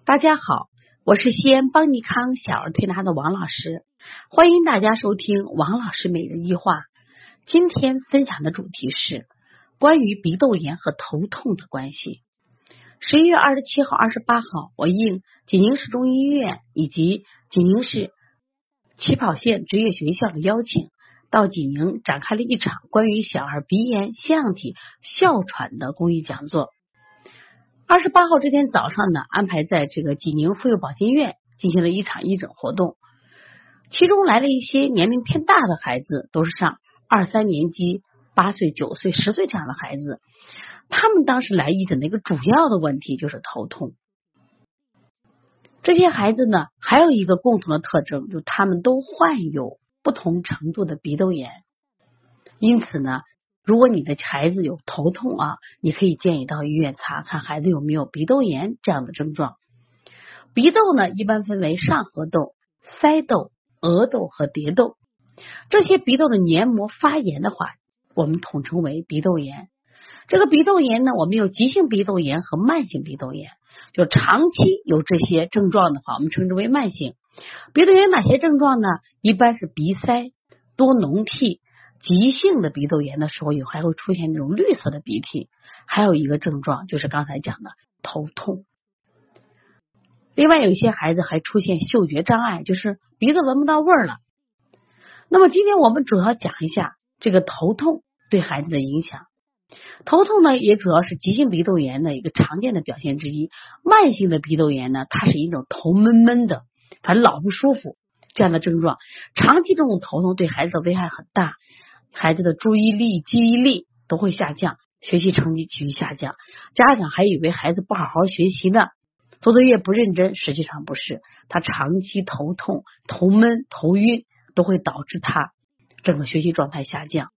大家好，我是西安邦尼康小儿推拿的王老师，欢迎大家收听王老师每日一话。今天分享的主题是关于鼻窦炎和头痛的关系。11月27号、28号，我应济宁市中医院以及济宁市起跑线职业学校的邀请，到济宁展开了一场关于小儿鼻炎、腺样体、哮喘的公益讲座。28号这天早上呢，安排在这个济宁妇幼保健院进行了一场义诊活动，其中来了一些年龄偏大的孩子，都是上2、3年级，8岁、9岁、10岁这样的孩子。他们当时来义诊的一个主要的问题就是头痛。这些孩子呢，还有一个共同的特征，就他们都患有不同程度的鼻窦炎。因此呢，如果你的孩子有头痛你可以建议到医院查看孩子有没有鼻窦炎这样的症状。鼻窦呢，一般分为上颌窦、腮窦、额窦和蝶窦。这些鼻窦的黏膜发炎的话，我们统称为鼻窦炎。这个鼻窦炎呢，我们有急性鼻窦炎和慢性鼻窦炎。就长期有这些症状的话，我们称之为慢性。鼻窦炎哪些症状呢？一般是鼻塞、多脓涕。急性的鼻窦炎的时候，还会出现那种绿色的鼻涕。还有一个症状就是刚才讲的头痛。另外有一些孩子还出现嗅觉障碍，就是鼻子闻不到味儿了。那么今天我们主要讲一下这个头痛对孩子的影响。头痛呢，也主要是急性鼻窦炎的一个常见的表现之一。慢性的鼻窦炎呢，它是一种头闷闷的，反正老不舒服这样的症状。长期这种头痛对孩子的危害很大，孩子的注意力、记忆力都会下降，学习成绩继续下降。家长还以为孩子不好好学习呢，做作业不认真，实际上不是，他长期头痛、头闷、头晕都会导致他整个学习状态下降。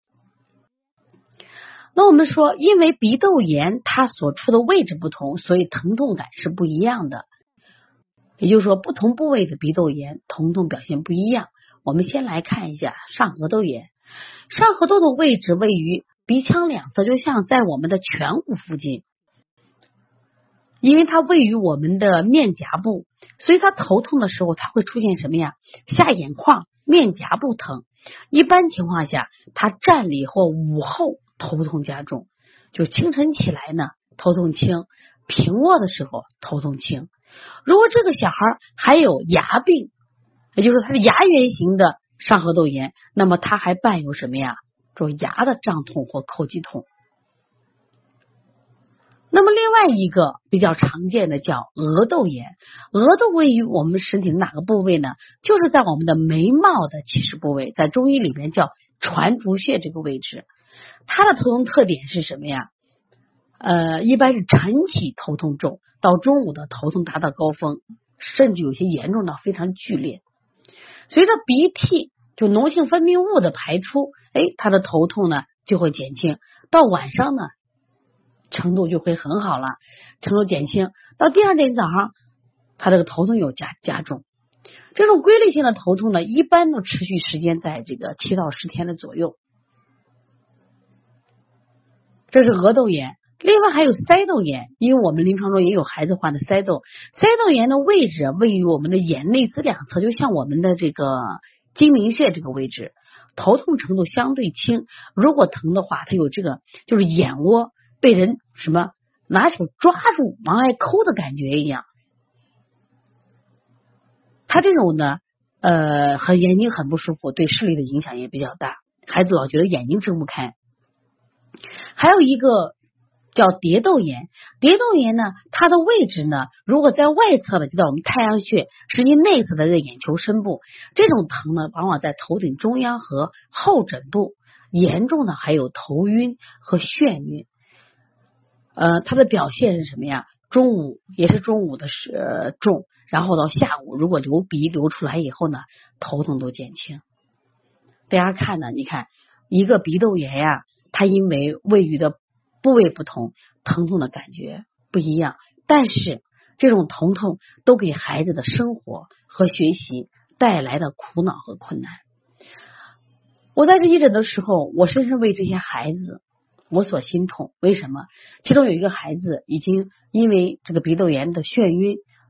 那我们说，因为鼻窦炎它所处的位置不同，所以疼痛感是不一样的。也就是说，不同部位的鼻窦炎疼痛表现不一样。我们先来看一下上颌窦炎。上颌窦的位置位于鼻腔两侧，就像在我们的颧骨附近。因为它位于我们的面颊部，所以它头痛的时候，它会出现什么呀？下眼眶、面颊部疼。一般情况下，他站立或午后头痛加重，就清晨起来呢头痛轻，平卧的时候头痛轻。如果这个小孩还有牙病，也就是他的牙源型的上颌窦炎，那么他还伴有什么呀？这牙的胀痛或叩击痛。那么另外一个比较常见的叫额窦炎。额窦位于我们身体的哪个部位呢？就是在我们的眉毛的起始部位，在中医里面叫传竹穴这个位置。它的头痛特点是什么呀？一般是晨起头痛重，到中午的头痛达到高峰，甚至有些严重到非常剧烈。随着鼻涕就脓性分泌物的排出，他的头痛呢就会减轻，到晚上呢程度就会很好了，程度减轻，到第二天早上他这个头痛又加重。这种规律性的头痛呢，一般的持续时间在这个7到10天的左右。这是额窦炎。另外还有腮窦炎，因为我们临床中也有孩子患的腮窦。腮窦炎的位置位于我们的眼内眦两侧，就像我们的这个睛明穴这个位置，头痛程度相对轻。如果疼的话，它有这个就是眼窝被人拿手抓住往外抠的感觉一样。它这种呢眼睛很不舒服，对视力的影响也比较大，孩子老觉得眼睛睁不开。还有一个叫蝶窦炎。蝶窦炎呢，它的位置呢，如果在外侧的就在我们太阳穴，实际内侧的这个眼球深部。这种疼呢，往往在头顶中央和后枕部，严重的还有头晕和眩晕。它的表现是什么呀？中午的重，然后到下午如果流鼻流出来以后呢，头痛都减轻。大家看呢，你看一个鼻窦炎呀，它因为位于的部位不同，疼痛的感觉不一样，但是这种疼痛都给孩子的生活和学习带来的苦恼和困难。我在这义诊的时候，我深深为这些孩子我所心痛。为什么？其中有一个孩子已经因为这个鼻窦炎的眩晕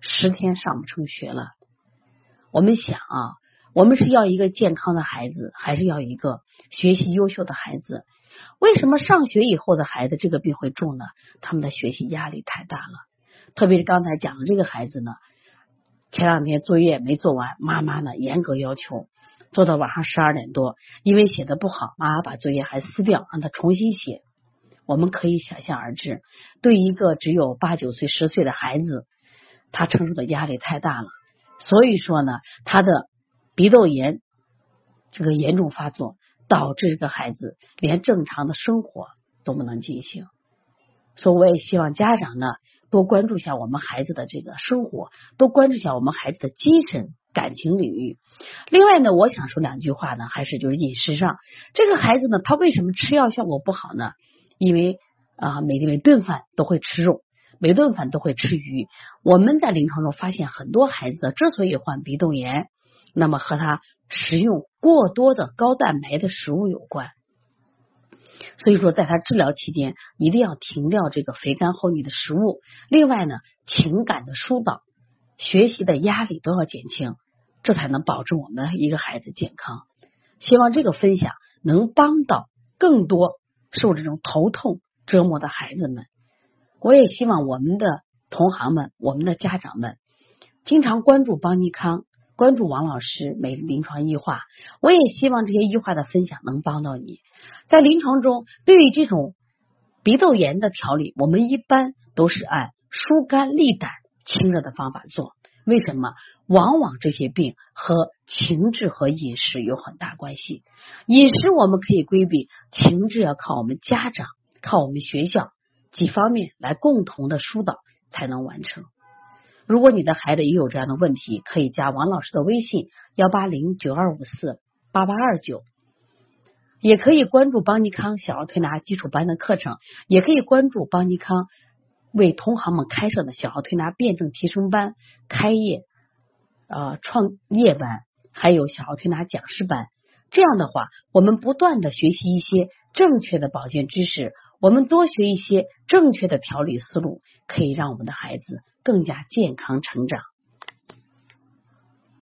10天上不成学了。我们想啊，我们是要一个健康的孩子，还是要一个学习优秀的孩子？为什么上学以后的孩子这个病会重呢？他们的学习压力太大了。特别是刚才讲的这个孩子呢，前2天作业没做完，妈妈呢严格要求，做到晚上12点多，因为写的不好，妈妈把作业还撕掉，让他重新写。我们可以想象而知，对一个只有8、9岁、10岁的孩子，他承受的压力太大了。所以说呢，他的鼻窦炎这个严重发作，导致这个孩子连正常的生活都不能进行。所以我也希望家长呢多关注一下我们孩子的这个生活，多关注一下我们孩子的精神感情领域。另外呢，我想说2句话呢，还是就是饮食上，这个孩子呢，他为什么吃药效果不好呢？因为每顿饭都会吃肉，每顿饭都会吃鱼。我们在临床中发现，很多孩子之所以患鼻窦炎，那么和他食用过多的高蛋白的食物有关。所以说在他治疗期间一定要停掉这个肥甘厚腻的食物。另外呢，情感的疏导，学习的压力都要减轻，这才能保证我们一个孩子健康。希望这个分享能帮到更多受这种头痛折磨的孩子们。我也希望我们的同行们，我们的家长们经常关注邦尼康，关注王老师每日临床医话。我也希望这些医话的分享能帮到你。在临床中，对于这种鼻窦炎的调理，我们一般都是按疏肝利胆清热的方法做。为什么？往往这些病和情志和饮食有很大关系。饮食我们可以规避，情志要靠我们家长，靠我们学校几方面来共同的疏导才能完成。如果你的孩子也有这样的问题，可以加王老师的微信18092548829，也可以关注邦尼康小儿推拿基础班的课程，也可以关注邦尼康为同行们开设的小儿推拿辩证提升班、开业创业班，还有小儿推拿讲师班。这样的话，我们不断的学习一些正确的保健知识，我们多学一些正确的调理思路，可以让我们的孩子更加健康成长。